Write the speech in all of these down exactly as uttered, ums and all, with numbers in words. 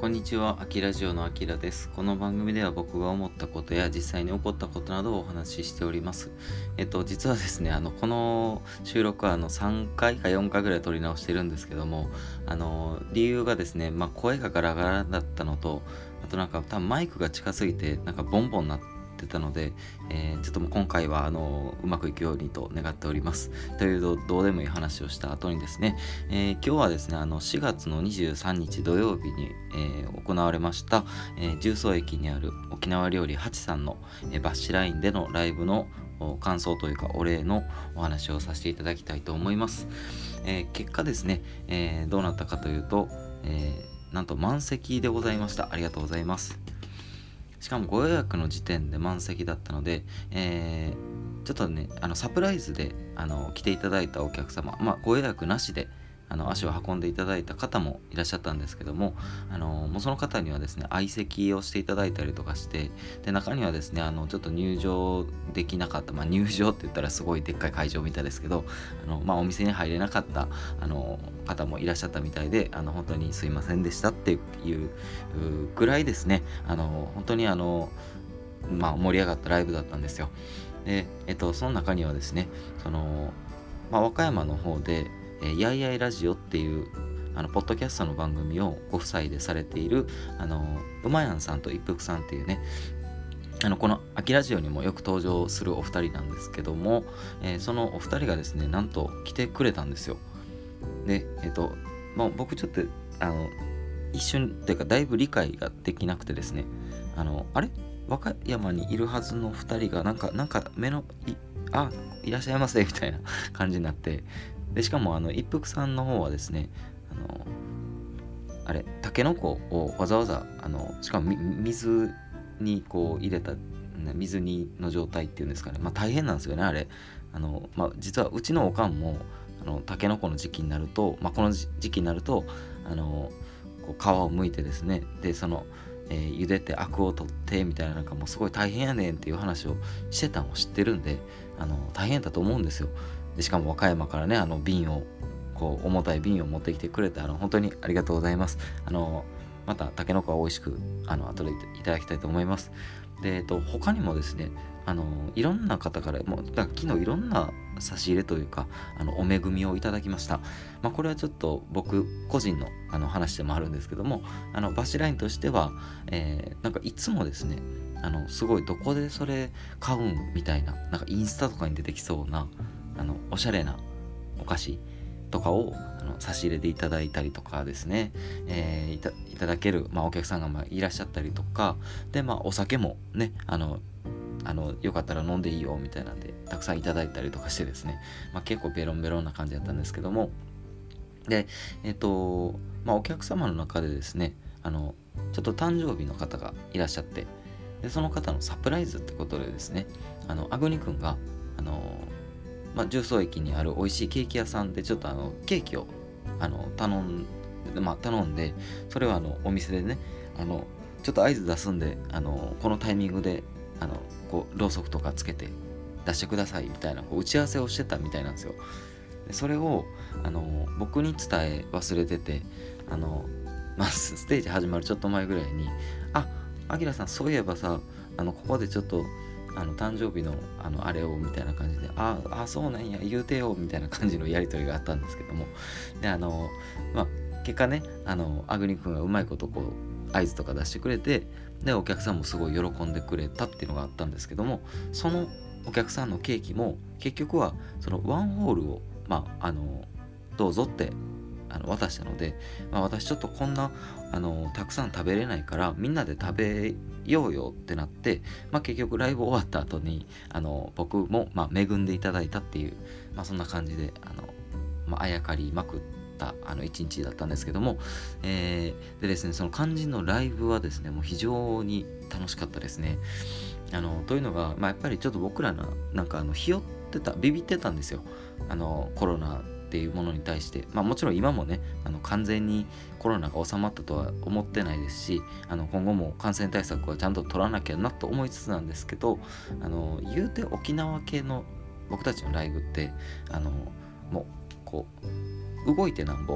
こんにちは、あきラジオのあきらです。この番組では僕が思ったことや実際に起こったことなどをお話ししております。えっと、実はですね、あの、この収録はあのさんかいかよんかいぐらい撮り直してるんですけども、あの、理由がですね、まあ、声がガラガラだったのと、あとなんか多分マイクが近すぎて、なんかボンボンなってたので、えーちょっともう今回はあのうまくいくようにと願っております。というどどうでもいい話をした後にですね、えー今日はですね、あのしがつのにじゅうさんにち土曜日に、えー行われました、えー重曹駅にある沖縄料理はちさんの、えーバッシュラインでのライブのお感想というかお礼のお話をさせていただきたいと思います。えー結果ですね、えーどうなったかというと、えーなんと満席でございました。ありがとうございます。しかもご予約の時点で満席だったので、えーちょっとね、あのサプライズであの来ていただいたお客様、まあ、ご予約なしであの足を運んでいただいた方もいらっしゃったんですけども、あのもうその方にはですね、相席をしていただいたりとかして、で中にはですね、あのちょっと入場できなかった、まあ、入場って言ったらすごいでっかい会場みたいですけど、あの、まあ、お店に入れなかったあの方もいらっしゃったみたいで、あの本当にすいませんでしたっていうぐらいですね、あの本当にあの、まあ、盛り上がったライブだったんですよ。で、えっと、その中にはですね、その、まあ、和歌山の方で、えー、やいやいラジオっていうあのポッドキャストの番組をご夫妻でされているあのうまやんさんと一服さんっていうね、あのこの秋ラジオにもよく登場するお二人なんですけども、えーそのお二人がですね、なんと来てくれたんですよ。で、えっと、まあ、僕ちょっとあの一瞬というかだいぶ理解ができなくてですね、あのあれ和歌山にいるはずのふたりがなんかなんか目のいあいらっしゃいませみたいな感じになって、でしかもあの一服さんの方はですね、あのあれタケノコをわざわざあのしかもみ水にこう入れたね水にの状態っていうんですかね、まあ大変なんですよねあれ。あのまあ実はうちのおかんもあのタケノコの時期になると、まあ、この時期になるとあのこう皮を剥いてですね、でその、えー茹でてアクを取ってみたいな、なんかもうすごい大変やねんっていう話をしてたのを知ってるんで、あの大変だと思うんですよ。でしかも和歌山からね、あの瓶をこう重たい瓶を持ってきてくれて、あの本当にありがとうございます。あのまたタケノコは美味しくあの後でいただきたいと思います。で、えっと、他にもですね、あのいろんな方からもうだから昨日いろんな差し入れというかあのお恵みをいただきました。まあ、これはちょっと僕個人のあの話でもあるんですけども、あのバッシュラインとしては、えーなんかいつもですね、あのすごいどこでそれ買うんみたいな、なんかインスタとかに出てきそうなあのおしゃれなお菓子とかをあの差し入れでいただいたりとかですね、えーいた、いただける、まあ、お客さんがまあいらっしゃったりとかで、まあ、お酒もね、あのあのよかったら飲んでいいよみたいなんでたくさんいただいたりとかしてですね、まあ、結構ベロンベロンな感じだったんですけども、でえっとまあお客様の中でですね、あのちょっと誕生日の方がいらっしゃって、でその方のサプライズってことでですね、あのアグニ君があのまあ、重曹駅にある美味しいケーキ屋さんでちょっとあのケーキをあの頼んで、まあ、頼んで、それはあのお店でね、あのちょっと合図出すんで、あのこのタイミングであのこうろうそくとかつけて出してくださいみたいなこう打ち合わせをしてたみたいなんですよ。でそれをあの僕に伝え忘れてて、あの、まあ、ステージ始まるちょっと前ぐらいに「あ、アキラさんそういえばさ、あのここでちょっとあの誕生日のあのあれをみたいな感じで、ああそうなんや言うてよみたいな感じのやり取りがあったんですけども、であのまあ結果ね、あのアグニ君がうまいことこう合図とか出してくれて、でお客さんもすごい喜んでくれたっていうのがあったんですけども、そのお客さんのケーキも結局はそのワンホールをまああのどうぞってあの渡したので、まあ、私ちょっとこんなあのたくさん食べれないからみんなで食べようよってなって、まあ、結局ライブ終わった後にあの僕も、まあ、恵んでいただいたっていう、まあ、そんな感じであの、まあ、あやかりまくったあの一日だったんですけども、えー、でですね、その肝心のライブはですね、もう非常に楽しかったですね。あのというのが、まあ、やっぱりちょっと僕らななんかあのひよってたビビってたんですよ、あのコロナっていうものに対して。まあもちろん今もね、あの完全にコロナが収まったとは思ってないですし、あの今後も感染対策はちゃんと取らなきゃなと思いつつなんですけど、あの言うて沖縄系の僕たちのライブってあのもうこう動いてなんぼ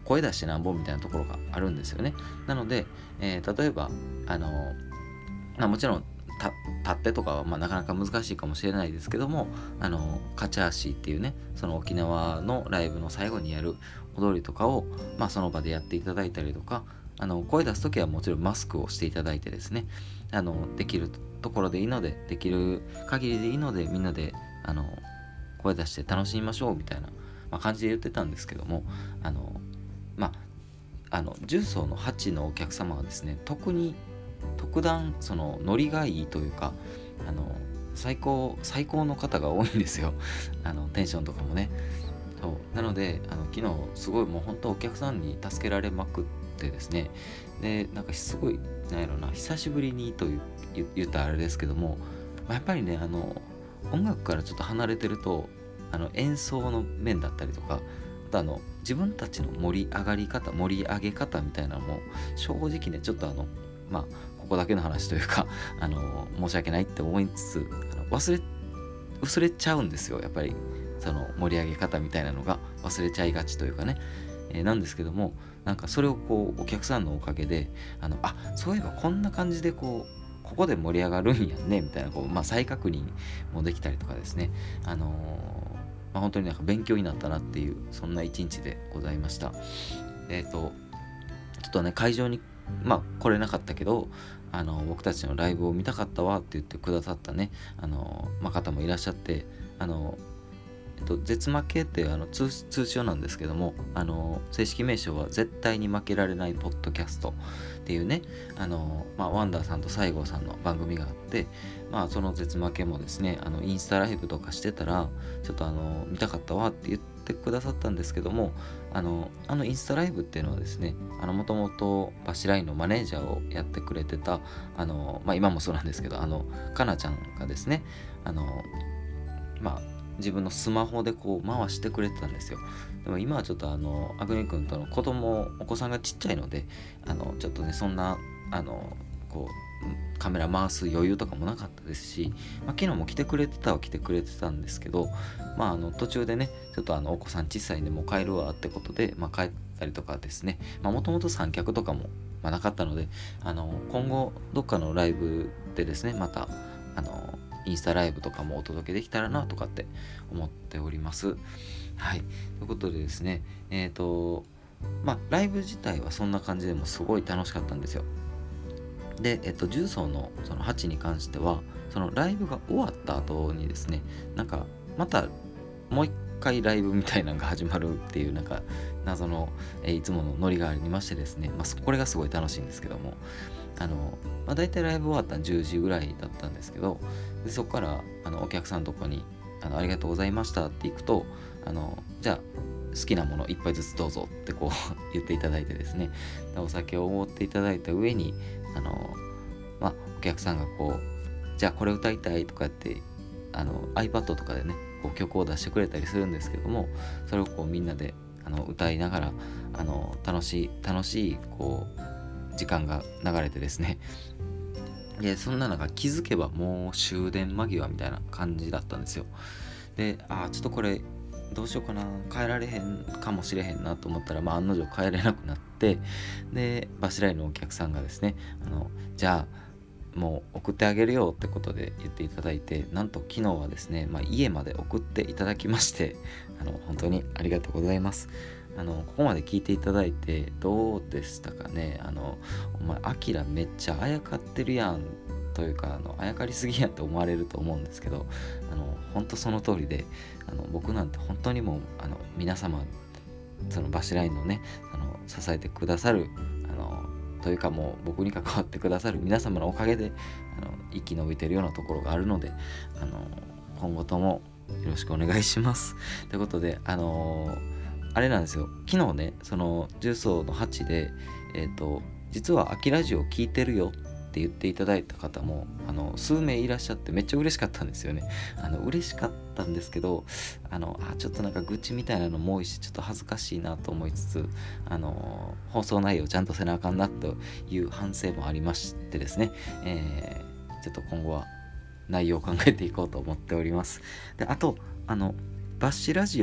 声出してなんぼみたいなところがあるんですよね。なので、えー、例えばあの、まあ、もちろんた立ってとかはまあなかなか難しいかもしれないですけども、あのカチャーシーっていうね、その沖縄のライブの最後にやる踊りとかを、まあ、その場でやっていただいたりとか、あの声出すときはもちろんマスクをしていただいてですね、あのできるところでいいので、できる限りでいいので、みんなであの声出して楽しみましょうみたいな、まあ、感じで言ってたんですけども、あのまああの重曹のはちのお客様はですね、特に特段そのノリがいいというか、あの最高最高の方が多いんですよ。あのテンションとかもね。そうなので、あの昨日すごいもう本当お客さんに助けられまくってですね、でなんかすごいなんやろな、久しぶりにという言ったらあれですけども、まあ、やっぱりね、あの音楽からちょっと離れてると、あの演奏の面だったりとか、あとあの自分たちの盛り上がり方盛り上げ方みたいなのも正直ね、ちょっとあのまあここだけの話というか、あの申し訳ないって思いつつ、あの忘れ薄れちゃうんですよ。やっぱりその盛り上げ方みたいなのが忘れちゃいがちというかね、えー、なんですけども、なんかそれをこうお客さんのおかげで、あのあそういえばこんな感じでこうここで盛り上がるんやんねみたいな、こう、まあ、再確認もできたりとかですね、あのーまあ、本当になんか勉強になったなっていう、そんな一日でございました。えっ、ー、とちょっとね、会場にまあ来れなかったけど、あの僕たちのライブを見たかったわって言ってくださったね、あの、まあ、方もいらっしゃって、あのえっと、絶負けっていうあの 通, 通称なんですけども、あの正式名称は絶対に負けられないポッドキャストっていうね、あの、まあ、ワンダーさんと西郷さんの番組があって、まあ、その絶負けもですね、あのインスタライブとかしてたらちょっとあの見たかったわって言ってくださったんですけども、あのあのインスタライブっていうのはですね、もともとバシラインのマネージャーをやってくれてた、あの、まあ、今もそうなんですけど、あのかなちゃんがですね、あのまあ自分のスマホでこう回してくれてたんですよ。でも今はちょっとあのあぐみくんとの子供お子さんがちっちゃいので、あのちょっとね、そんなあのこうカメラ回す余裕とかもなかったですし、まあ、昨日も来てくれてたは来てくれてたんですけど、まああの途中でね、ちょっとあのお子さん小さいんでもう帰るわってことで、まあ、帰ったりとかですね、もともと三脚とかも、まあ、なかったので、あの今後どっかのライブでですね、またあのインスタライブとかもお届けできたらなとかって思っております。はい。ということでですね、えっと、まあ、ライブ自体はそんな感じでもすごい楽しかったんですよ。で、えっと、重曹のそのはちに関しては、そのライブが終わった後にですね、なんか、またもう一回ライブみたいなのが始まるっていう、なんか、謎の、えー、いつものノリがありましてですね、まあ、これがすごい楽しいんですけども、あの、まあ、大体ライブ終わったらじゅうじぐらいだったんですけど、でそこからあのお客さんのとこにあのありがとうございましたって行くと、あのじゃあ好きなもの一杯ずつどうぞってこう言っていただいてですね、でお酒をおごっていただいた上に、あの、まあ、お客さんがこうじゃあこれ歌いたいとかってあの iPad とかでねこう曲を出してくれたりするんですけども、それをこうみんなであの歌いながらあの楽しい楽しいこう時間が流れてですね、でそんな中気づけばもう終電間際みたいな感じだったんですよ。で、あーちょっとこれどうしようかな、帰られへんかもしれへんなと思ったら、まあ、案の定帰れなくなって、でバシライのお客さんがですね、あのじゃあもう送ってあげるよってことで言っていただいて、なんと昨日はですね、まあ、家まで送っていただきまして、あの本当にありがとうございます。あのここまで聞いていただいてどうでしたかね。あのお前アキラめっちゃあやかってるやんというか、あのあやかりすぎやんと思われると思うんですけど、あの本当その通りで、あの僕なんて本当にもうあの皆様そのバシラインのね、あの支えてくださるあのというかもう僕に関わってくださる皆様のおかげであの生き延びてるようなところがあるので、あの今後ともよろしくお願いします。ということで、あのーあれなんですよ、昨日ね、その重曹のはちで、えっと、実は秋ラジオ聞いてるよって言っていただいた方もあの数名いらっしゃって、めっちゃ嬉しかったんですよね。あの嬉しかったんですけど、あのあちょっとなんか愚痴みたいなのも多いし、ちょっと恥ずかしいなと思いつつ、あの放送内容ちゃんとせなあかんなという反省もありましてですね、えー、ちょっと今後は内容を考えていこうと思っております。で、あとあのバッシュラジオ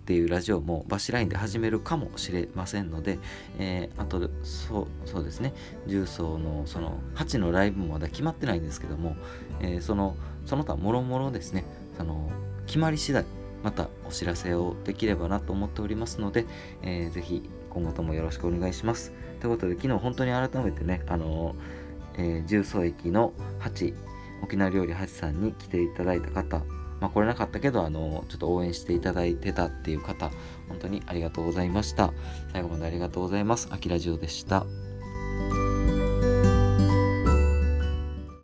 っていうラジオもバシラインで始めるかもしれませんので、えー、あとそうそうですね重曹のそのはちのライブもまだ決まってないんですけども、えー、そのその他もろもろですね、その決まり次第またお知らせをできればなと思っておりますので、えー、ぜひ今後ともよろしくお願いします。ということで昨日本当に改めてね、あのーえー、重曹駅のはち沖縄料理はちさんに来ていただいた方、まあ来れなかったけどあのー、ちょっと応援していただいてたっていう方、本当にありがとうございました。最後までありがとうございます。あきラジオでした。